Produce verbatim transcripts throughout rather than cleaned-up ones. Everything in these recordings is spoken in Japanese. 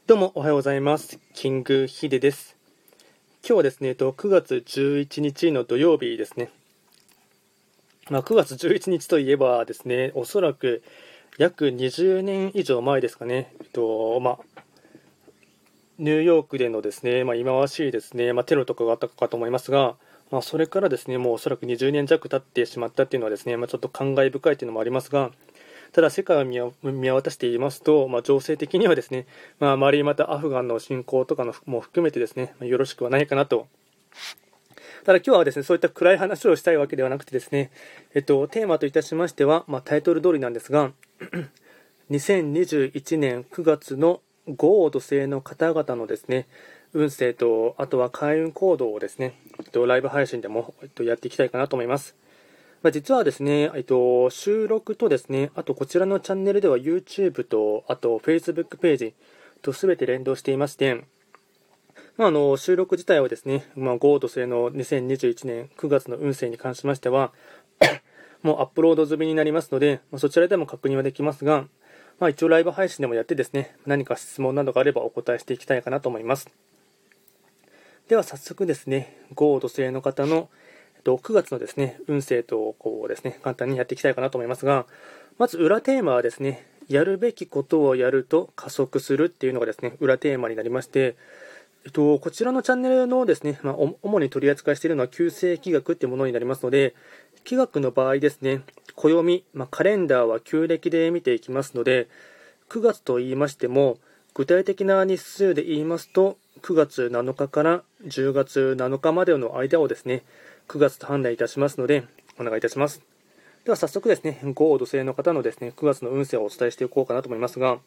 どうもおはようございます。キングヒデです。今日はですね、くがつじゅういちにちの土曜日ですね。まあ、くがつじゅういちにちといえばですね、おそらく約にじゅうねん以上前ですかね。えっとまあ、ニューヨークでのですね、まあ、忌まわしいですね、まあ、テロとかがあったかと思いますが、まあ、それからですね、もうおそらくにじゅうねん弱経ってしまったっていうのはですね、まあ、ちょっと感慨深いというのもありますが、ただ世界を見渡していますと、まあ、情勢的にはですね、まあ、周りまたアフガンの侵攻とかのも含めてですね、まあ、よろしくはないかなと。ただ今日はですね、そういった暗い話をしたいわけではなくてですね、えっと、テーマといたしましては、まあ、タイトル通りなんですが、にせんにじゅういちねんくがつの豪雨土星の方々のですね、運勢と、あとは開運行動をですね、えっと、ライブ配信でも、えっと、やっていきたいかなと思います。まあ、実はですね、えっと、収録とですね、あとこちらのチャンネルでは YouTube と、あと Facebook ページとすべて連動していまして、まあ、あの収録自体はですね、まあ、豪雨土星のにせんにじゅういちねんくがつの運勢に関しましては、もうアップロード済みになりますので、まあ、そちらでも確認はできますが、まあ、一応ライブ配信でもやってですね、何か質問などがあればお答えしていきたいかなと思います。では早速ですね、豪雨土星の方のくがつのですね、運勢とこうですね、簡単にやっていきたいかなと思いますが、まず裏テーマはですね、やるべきことをやると加速するっていうのがですね、裏テーマになりまして、えっと、こちらのチャンネルのですね、まあ、主に取り扱いしているのは旧世紀学っていうものになりますので、紀学の場合ですね、暦、まあ、カレンダーは旧暦で見ていきますので、くがつと言いましても、具体的な日数で言いますと、くがつなのかからじゅうがつなのかまでの間をですね、くがつと判断いたしますので、お願いいたします。では早速ですね、豪雨土星の方のですね、くがつの運勢をお伝えしていこうかなと思いますが、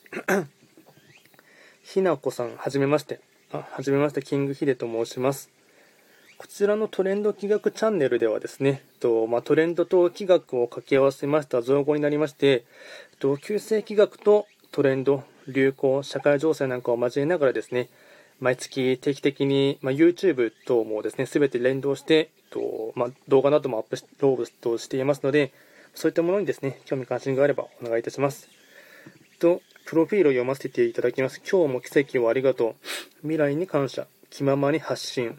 ひなこさん、はじめまして。あ、はじめまして、キングヒデと申します。こちらのトレンド企画チャンネルではですね、とまあ、トレンドと企画を掛け合わせました造語になりまして、と旧世企画とトレンド、流行、社会情勢なんかを交えながらですね、毎月定期的に、まあ、YouTube 等もですね、すべて連動して、とまあ、動画などもアップロードしていますので、そういったものにですね、興味関心があればお願いいたします。と、プロフィールを読ませていただきます。今日も奇跡をありがとう。未来に感謝。気ままに発信。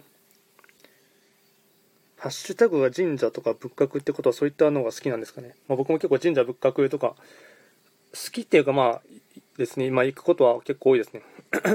ハッシュタグが神社とか仏閣ってことはそういったのが好きなんですかね。まあ、僕も結構神社仏閣とか好きっていうかまあですね、まあ、行くことは結構多いですね。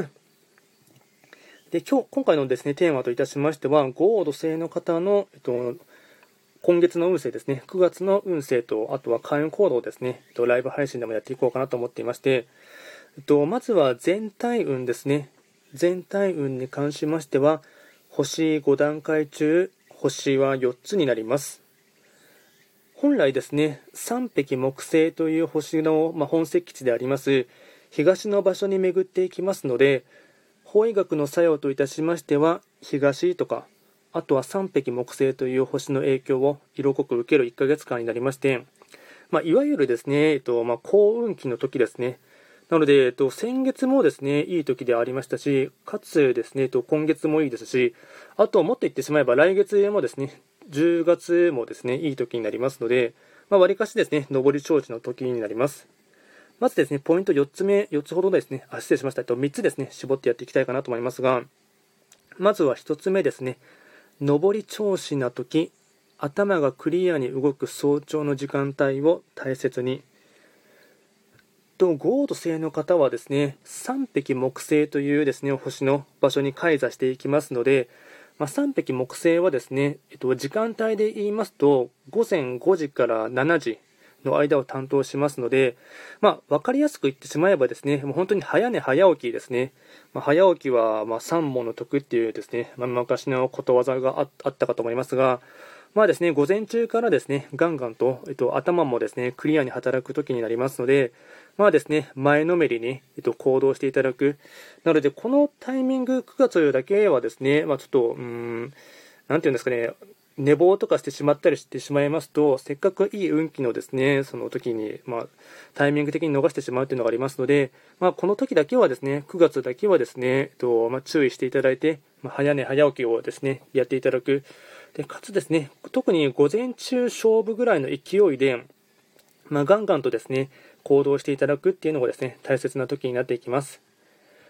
で今日今回のですねテーマといたしましては、豪雨土星の方の、えっと、今月の運勢ですね、くがつの運勢と、あとは開運行動ですね、えっと、ライブ配信でもやっていこうかなと思っていまして、えっと、まずは全体運ですね。全体運に関しましては、星ご段階中、星はよっつになります。本来ですね、三匹木星という星の、まあ、本石地であります東の場所に巡っていきますので、法医学の作用といたしましては、東とか、あとは三匹木星という星の影響を色濃く受けるいっかげつかんになりまして、まあ、いわゆるですね、えっとまあ、幸運期の時ですね。なので、えっと、先月もですね、いい時でありましたし、かつですね、えっと、今月もいいですし、あともっと言ってしまえば来月もですね、じゅうがつもですね、いい時になりますので、まあ、割かしですね、上り調子の時になります。まずですね、ポイントよっつめ、よっつほどですね、あ、失礼しました。みっつですね、絞ってやっていきたいかなと思いますが、まずはひとつめですね、上り調子な時、頭がクリアに動く早朝の時間帯を大切に。と豪雨土星の方はですね、三匹木星というですね、星の場所に開座していきますので、まあ、三匹木星はですね、えっと、時間帯で言いますと、ごぜんごじからしちじの間を担当しますので、まあ、分かりやすく言ってしまえばですね、もう本当に早寝早起きですね。まあ、早起きはまあ三文の徳っていうですね、まあ、昔のことわざがああったかと思いますが、まあですね、午前中からですね、ガンガンと、えっと、頭もですね、クリアに働く時になりますので、まあですね、前のめりに、えっと、行動していただく。なので、このタイミング、くがつだけはですね、まあちょっと、うーん、なんていうんですかね、寝坊とかしてしまったりしてしまいますと、せっかくいい運気のですね、その時に、まあ、タイミング的に逃してしまうというのがありますので、まあ、この時だけはですね、くがつだけはですね、えっと、まあ、注意していただいて、まあ、早寝早起きをですね、やっていただく。で、かつですね、特に午前中勝負ぐらいの勢いで、まあ、ガンガンとですね、行動していただくっていうのがですね、大切な時になっていきます。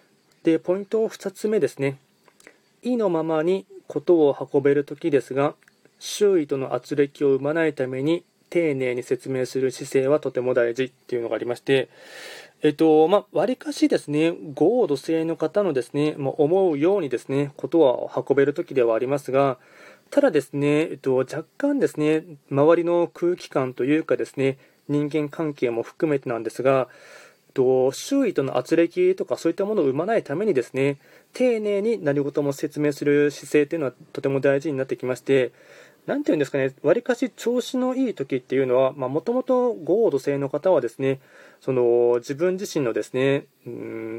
で、ポイントふたつめですね。意のままにことを運べるときですが、周囲との圧力を生まないために丁寧に説明する姿勢はとても大事っていうのがありまして、えっと、まあ、割かしですね、豪土星の方のですね、まあ、思うようにですね、ことは運べるときではありますが、ただですね、えっと、若干ですね、周りの空気感というかですね、人間関係も含めてなんですが、と周囲との圧力とかそういったものを生まないためにですね、丁寧に何事も説明する姿勢というのはとても大事になってきまして、なんていうんですかね、わりかし調子のいい時っていうのは、もともと豪土星の方はですね、その自分自身のですね、うん、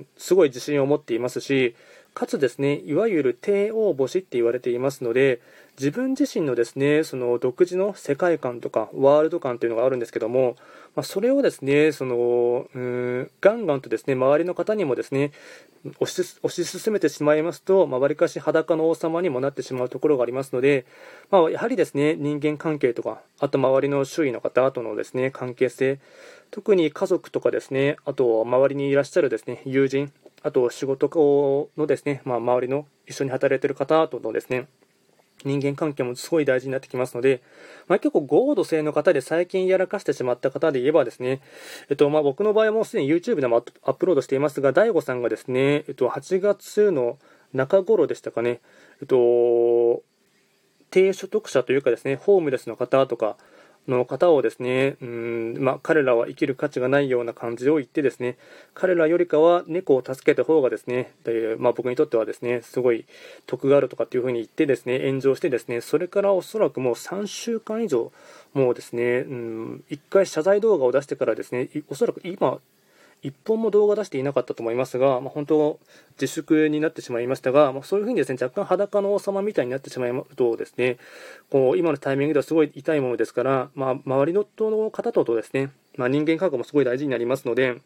すごい自信を持っていますし、かつですね、いわゆる帝王星って言われていますので、自分自身のですね、その独自の世界観とかワールド観というのがあるんですけども、まあ、それをですね、そのうん、ガンガンとですね、周りの方にもですね、推し推し進めてしまいますと、まあ、割かし裸の王様にもなってしまうところがありますので、まあ、やはりですね、人間関係とか、あと周りの周囲の方とのですね、関係性、特に家族とかですね、あと周りにいらっしゃるですね、友人、あと仕事のですね、まあ、周りの一緒に働いている方とのですね、人間関係もすごい大事になってきますので、まあ、結構豪土星の方で最近やらかしてしまった方で言えばですね、えっとまあ、僕の場合はもうすでに YouTube でもアップロードしていますが、大悟さんがですね、えっと、はちがつの中頃でしたかね、えっと、低所得者というかですね、ホームレスの方とかの方をですね、うん、まあ、彼らは生きる価値がないような感じを言ってですね、彼らよりかは猫を助けた方がですね、でまあ、僕にとってはですね、すごい得があるとかっていうふうに言ってですね、炎上してですね、それからおそらくもうさんしゅうかん以上、もうですね、うん、いっかい謝罪動画を出してからですね、おそらく今、一本も動画出していなかったと思いますが、まあ、本当、自粛になってしまいましたが、まあ、そういうふうにですね、若干裸の王様みたいになってしまうとですね、こう今のタイミングではすごい痛いものですから、まあ、周りの方とですね、まあ、人間関係もすごい大事になりますので、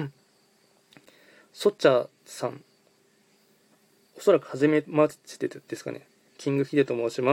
ソッチャさん、おそらく初めましてですかね、キングヒデと申します。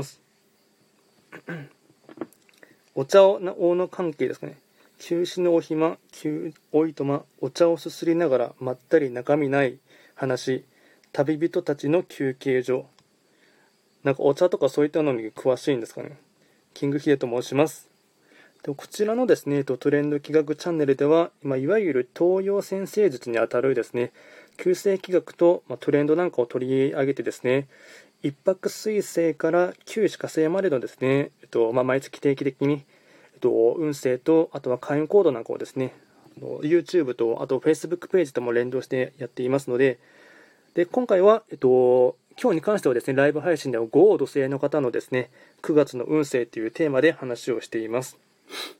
お茶を王の関係ですかね。休止のお暇、おいとま、お茶をすすりながらまったり中身ない話、旅人たちの休憩所。なんかお茶とかそういったのに詳しいんですかね。キングヒデと申します。でこちらのですね、トレンド企画チャンネルでは、今いわゆる東洋占星術にあたるですね、旧世紀学と、まあ、トレンドなんかを取り上げてですね、一泊水星から旧歯科星までのですね、えっとまあ、毎月定期的にえっと、運勢と、あとは開運コードなんかをですね、YouTube と、あと Facebook ページとも連動してやっていますので、で今回は、えっと、今日に関してはですね、ライブ配信では豪土星の方のですね、くがつの運勢というテーマで話をしています。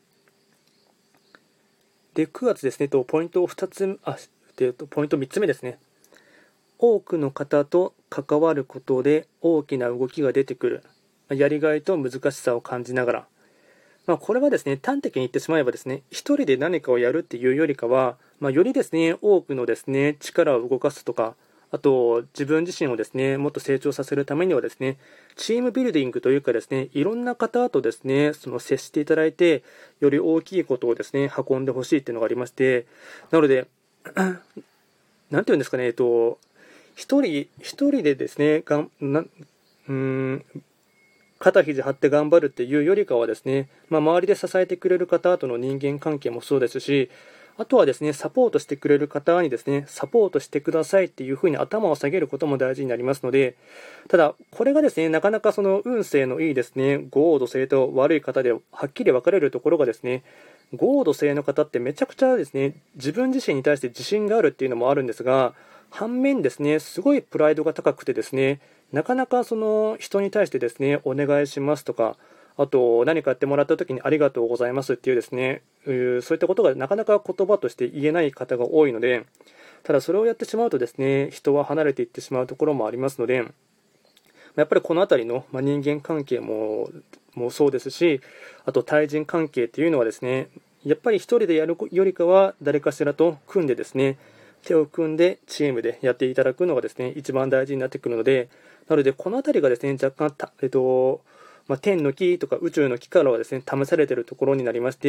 で、くがつですね、ポイントふたつ、あ、でポイントみっつめですね。多くの方と関わることで大きな動きが出てくる。やりがいと難しさを感じながら。まあ、これはですね、端的に言ってしまえばですね、一人で何かをやるっていうよりかは、まあ、よりですね、多くのですね、力を動かすとか、あと、自分自身をですね、もっと成長させるためにはですね、チームビルディングというかですね、いろんな方とですね、その接していただいて、より大きいことをですね、運んでほしいっていうのがありまして、なので、なんていうんですかね、えっと、一人、一人でですね、がん、な、うーん、肩肘張って頑張るっていうよりかはですね、まあ、周りで支えてくれる方との人間関係もそうですし、あとはですね、サポートしてくれる方にですね、サポートしてくださいっていうふうに頭を下げることも大事になりますので、ただ、これがですね、なかなかその運勢のいいですね、豪土星と悪い方ではっきり分かれるところがですね、豪土星の方ってめちゃくちゃですね、自分自身に対して自信があるっていうのもあるんですが、反面ですね、すごいプライドが高くてですね、なかなかその人に対してですね、お願いしますとか、あと何かやってもらった時にありがとうございますっていうですね、そういったことがなかなか言葉として言えない方が多いので、ただそれをやってしまうとですね、人は離れていってしまうところもありますので、やっぱりこの辺りの人間関係ももそうですし、あと対人関係っていうのはですね、やっぱり一人でやるよりかは誰かしらと組んでですね、手を組んでチームでやっていただくのがですね、一番大事になってくるので、なのでこの辺りがですね、若干た、えっとまあ、天の木とか宇宙の木からはですね、試されているところになりまして、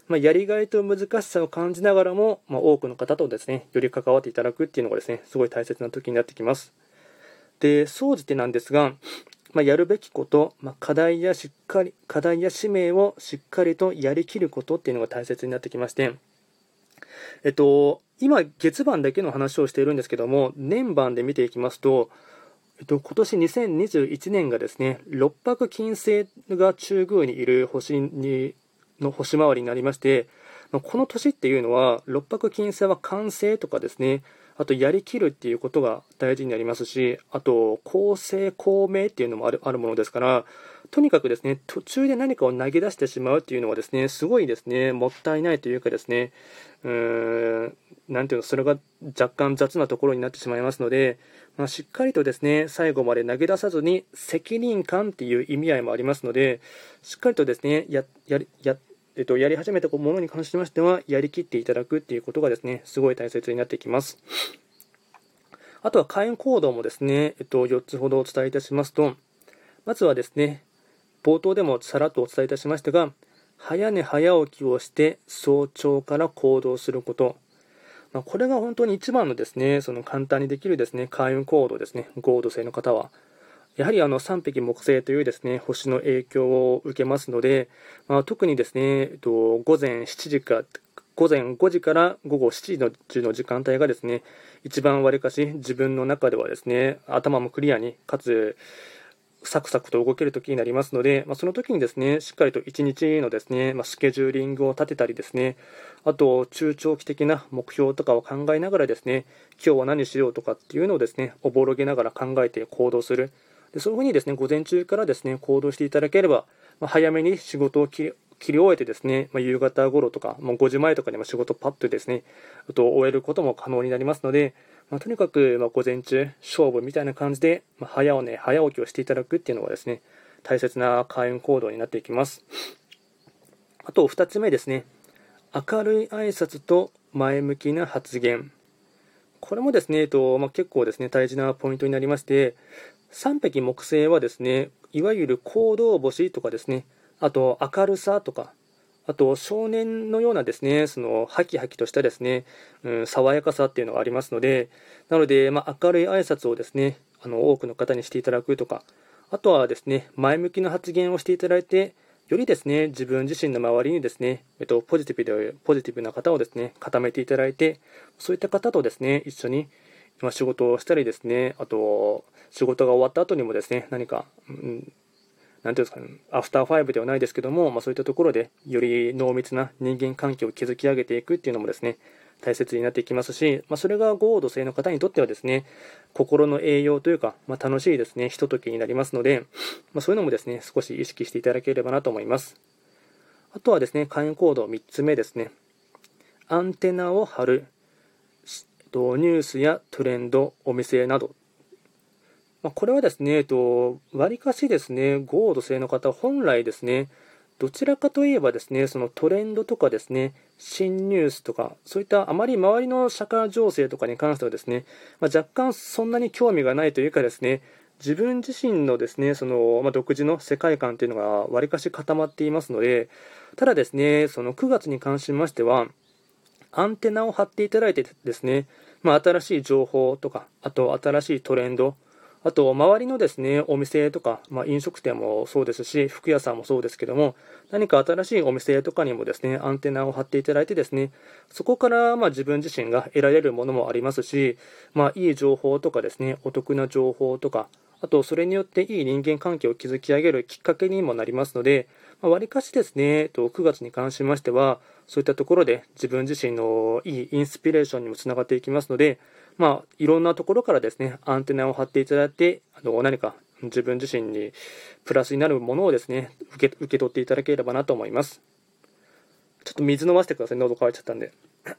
まあ、やりがいと難しさを感じながらも、まあ、多くの方とですね、より関わっていただくっていうのがですね、すごい大切な時になってきます。で、総じてなんですが、まあ、やるべきこと、まあ、課題やしっかり、課題や使命をしっかりとやりきることっていうのが大切になってきまして、えっと、今、月番だけの話をしているんですけども、年番で見ていきますと、えっと、今年にせんにじゅういちねんがですね、六白金星が中宮にいる星にの星回りになりまして、この年っていうのは、六白金星は完成とかですね、あとやりきるっていうことが大事になりますし、あと公正公明っていうのもあるあるものですから、とにかくですね、途中で何かを投げ出してしまうっていうのはですね、すごいですね、もったいないというかですね、うーん、なんていうの、それが若干雑なところになってしまいますので、まあ、しっかりとですね、最後まで投げ出さずに責任感っていう意味合いもありますので、しっかりとですね、や、や、や、えっと、やり始めたものに関しましては、やりきっていただくっていうことがですね、すごい大切になってきます。あとは開運行動もですね、えっと、よっつほどお伝えいたしますと、まずはですね、冒頭でもさらっとお伝えいたしましたが、早寝早起きをして早朝から行動すること。まあ、これが本当に一番のですね、その簡単にできるですね、開運行動ですね、合土星の方は。やはりあのさん匹木星というですね、星の影響を受けますので、まあ、特にですね、えっと、午前しちじか、午前ごじから午後しちじのの時間帯がですね、一番わりかし自分の中ではですね、頭もクリアに、かつ、サクサクと動ける時になりますので、まあ、その時にですね、しっかりといちにちのですね、まあ、スケジューリングを立てたりですね、あと中長期的な目標とかを考えながらですね、今日は何しようとかっていうのをですね、おぼろげながら考えて行動する。でそういうふうにですね、午前中からですね、行動していただければ、まあ、早めに仕事を切り切り終えてですね、まあ、夕方頃とか、もうごじまえとかにも仕事パッとですね、あと終えることも可能になりますので、まあ、とにかく、まあ、午前中、勝負みたいな感じで、まあ、早寝、早起きをしていただくっていうのがですね、大切な開運行動になっていきます。あとふたつめですね、明るい挨拶と前向きな発言。これもですね、えっとまあ、結構ですね、大事なポイントになりまして、さん匹木星はですね、いわゆる行動星とかですね、あと明るさとか、あと少年のようなですね、そのハキハキとしたですね、うん、爽やかさっていうのがありますので、なので、まあ、明るい挨拶をですね、あの多くの方にしていただくとか、あとはですね、前向きな発言をしていただいて、よりですね、自分自身の周りにですね、えっと、ポジティブで、ポジティブな方をですね、固めていただいて、そういった方とですね、一緒にまあ、仕事をしたりですね、あと、仕事が終わった後にもですね、何か、うん、なんていうんですかね、アフターファイブではないですけども、まあ、そういったところで、より濃密な人間関係を築き上げていくっていうのもですね、大切になっていきますし、まあ、それが合土星の方にとってはですね、心の栄養というか、まあ、楽しいですね、ひとときになりますので、まあ、そういうのもですね、少し意識していただければなと思います。あとはですね、開運行動みっつめですね、アンテナを張る。ニュースやトレンド、お店など、まあ、これはですね、わりかしですね、合土星の方、本来ですね、どちらかといえばですね、そのトレンドとかですね、新ニュースとか、そういったあまり周りの社会情勢とかに関してはですね、まあ、若干そんなに興味がないというかですね、自分自身のですね、その、まあ、独自の世界観というのがわりかし固まっていますので、ただですね、そのくがつに関しましては、アンテナを張っていただいてですね、まあ、新しい情報とか、あと新しいトレンド、あと周りのですね、お店とか、まあ、飲食店もそうですし、服屋さんもそうですけども、何か新しいお店とかにもですね、アンテナを張っていただいてですね、そこからまあ自分自身が得られるものもありますし、まあ、いい情報とかですね、お得な情報とか、あとそれによっていい人間関係を築き上げるきっかけにもなりますので、わりかしですね、くがつに関しましては、そういったところで自分自身のいいインスピレーションにもつながっていきますので、まあ、いろんなところからですね、アンテナを張っていただいて、あの何か自分自身にプラスになるものをですね、受け、受け取っていただければなと思います。ちょっと水飲ませてください。喉乾いちゃったんで。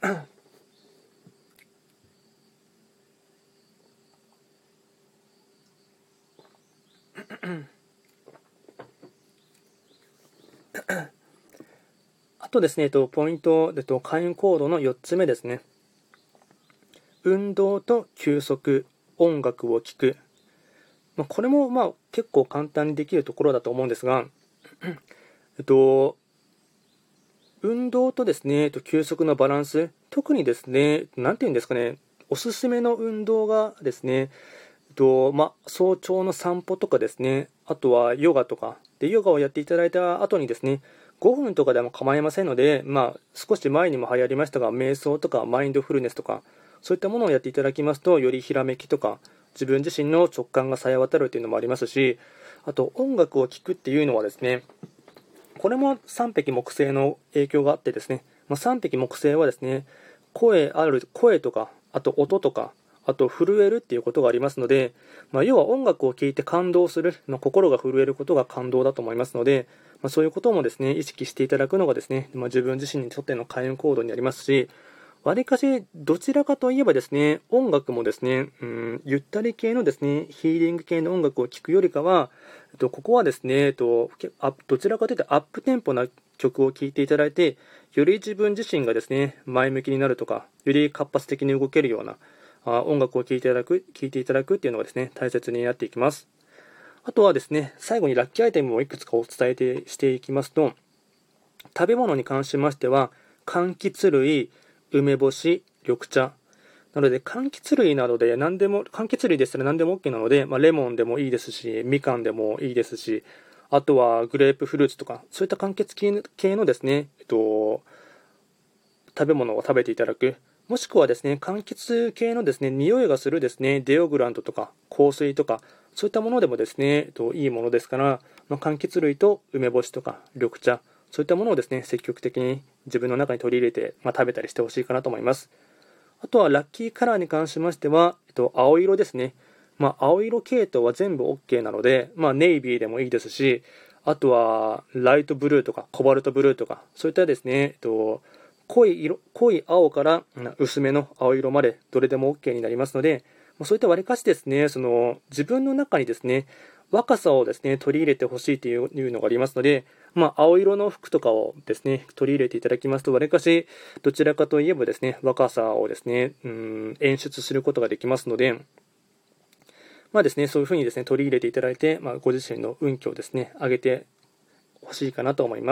あとですね、ポイント、開運行動のよっつめですね。運動と休息、音楽を聴く。まあ、これもまあ結構簡単にできるところだと思うんですが、えっと、 運動とですね、休息のバランス、特にですね、なんていうんですかね、おすすめの運動がですね、とまあ、早朝の散歩とかですね、あとはヨガとかで、ヨガをやっていただいた後にですね、ごふんとかでも構いませんので、まあ、少し前にも流行りましたが、瞑想とかマインドフルネスとか、そういったものをやっていただきますと、よりひらめきとか、自分自身の直感が冴え渡るというのもありますし、あと音楽を聴くっていうのはですね、これも三匹木星の影響があってですね、まあ、三匹木星はですね、声ある、声とか、あと音とか、あと震えるっていうことがありますので、まあ、要は音楽を聴いて感動する、まあ、心が震えることが感動だと思いますので、まあ、そういうこともですね、意識していただくのがですね、まあ、自分自身にとっての開運行動になりますし、わりかしどちらかといえばですね、音楽もですね、うん、ゆったり系のですね、ヒーリング系の音楽を聴くよりかは、えっと、ここはですね、えっと、あどちらかというとアップテンポな曲を聴いていただいて、より自分自身がですね、前向きになるとか、より活発的に動けるようなあ音楽を聴いていただく、聴いていただくっていうのがですね、大切になっていきます。あとはですね、最後にラッキーアイテムをいくつかお伝えてしていきますと、食べ物に関しましては、柑橘類、梅干し、緑茶。なので、柑橘類などで何でも、柑橘類でしたら何でも OK なので、まあ、レモンでもいいですし、みかんでもいいですし、あとはグレープフルーツとか、そういった柑橘系のですね、えっと、食べ物を食べていただく。もしくはですね、柑橘系のですね、匂いがするですね、デオグラントとか香水とか、そういったものでもですね、えっと、いいものですから、まあ、柑橘類と梅干しとか緑茶、そういったものをですね、積極的に自分の中に取り入れて、まあ、食べたりしてほしいかなと思います。あとはラッキーカラーに関しましては、えっと、青色ですね。まあ、青色系統は全部 OK なので、まあ、ネイビーでもいいですし、あとはライトブルーとかコバルトブルーとか、そういったですね、えっと、濃い色、濃い青から薄めの青色までどれでも OK になりますので、そういった割りかしですね、その自分の中にですね、若さをですね、取り入れてほしいというのがありますので、まあ、青色の服とかをですね、取り入れていただきますと、わりかし、どちらかといえばですね、若さをですね、うん、演出することができますので、まあですね、そういうふうにですね、取り入れていただいて、まあ、ご自身の運気をですね、上げてほしいかなと思います。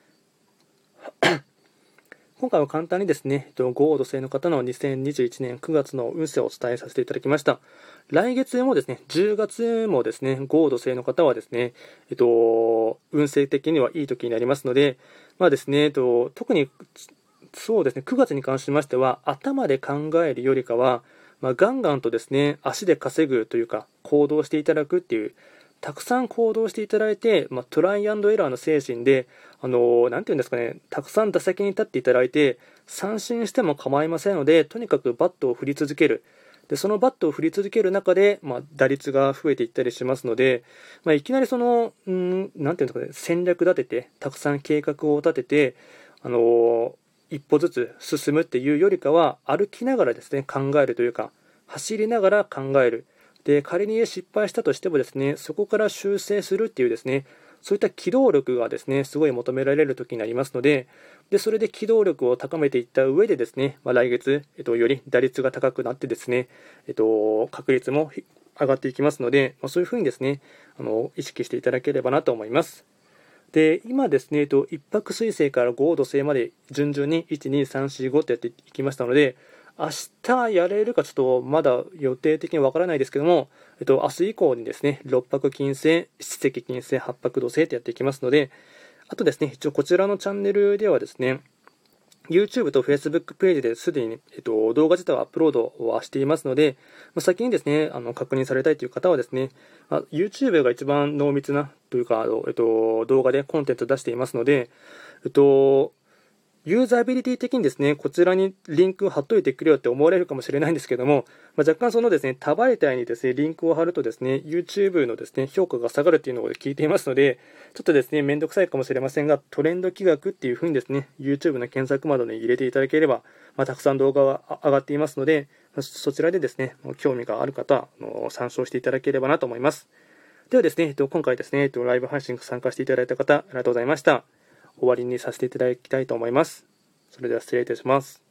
今回は簡単にですね、豪土星の方のにせんにじゅういちねんくがつの運勢をお伝えさせていただきました。来月もですね、じゅうがつもですね、豪土星の方はですね、えっと、運勢的にはいい時になりますので、まあですね、えっと、特にそうですね、くがつに関しましては、頭で考えるよりかは、まあ、ガンガンとですね、足で稼ぐというか、行動していただくっていう、たくさん行動していただいて、まあ、トライアンドエラーの精神で、あのー、なんていうんですかね、たくさん打席に立っていただいて、三振しても構いませんので、とにかくバットを振り続ける。で、そのバットを振り続ける中で、まあ、打率が増えていったりしますので、まあ、いきなりその、うん、なんていうんですかね、戦略立てて、たくさん計画を立てて、あのー、一歩ずつ進むっていうよりかは、歩きながらですね、考えるというか、走りながら考える。で、仮に失敗したとしてもですね、そこから修正するっていうですね、そういった機動力がですね、すごい求められる時になりますので、で、それで機動力を高めていった上でですね、まあ、来月、えっと、より打率が高くなってですね、えっと、確率も上がっていきますので、まあ、そういうふうにですね、あの、意識していただければなと思います。で、今ですね、えっと、一泊水星から豪土星まで順々にいち、に、さん、よん、ごってやっていきましたので、明日やれるかちょっとまだ予定的にわからないですけども、えっと、明日以降にですね、ろっぱく金星、七石金星、はっぱく土星ってやっていきますので、あとですね、一応こちらのチャンネルではですね、YouTube と Facebook ページですでに、えっと、動画自体はアップロードはしていますので、まあ、先にですね、あの確認されたいという方はですね、まあ、YouTube が一番濃密なというか、えっと、動画でコンテンツを出していますので、えっと、ユーザビリティ的にですね、こちらにリンクを貼っといてくれよって思われるかもしれないんですけども、まあ、若干そのですね、多媒体にですね、リンクを貼るとですね、YouTube のですね、評価が下がるっていうのを聞いていますので、ちょっとですね、めんどくさいかもしれませんが、トレンド企画っていう風にですね、YouTube の検索窓に入れていただければ、まあ、たくさん動画が上がっていますので、そちらでですね、興味がある方は、あの参照していただければなと思います。ではですね、今回ですね、ライブ配信参加していただいた方、ありがとうございました。終わりにさせていただきたいと思います。それでは失礼いたします。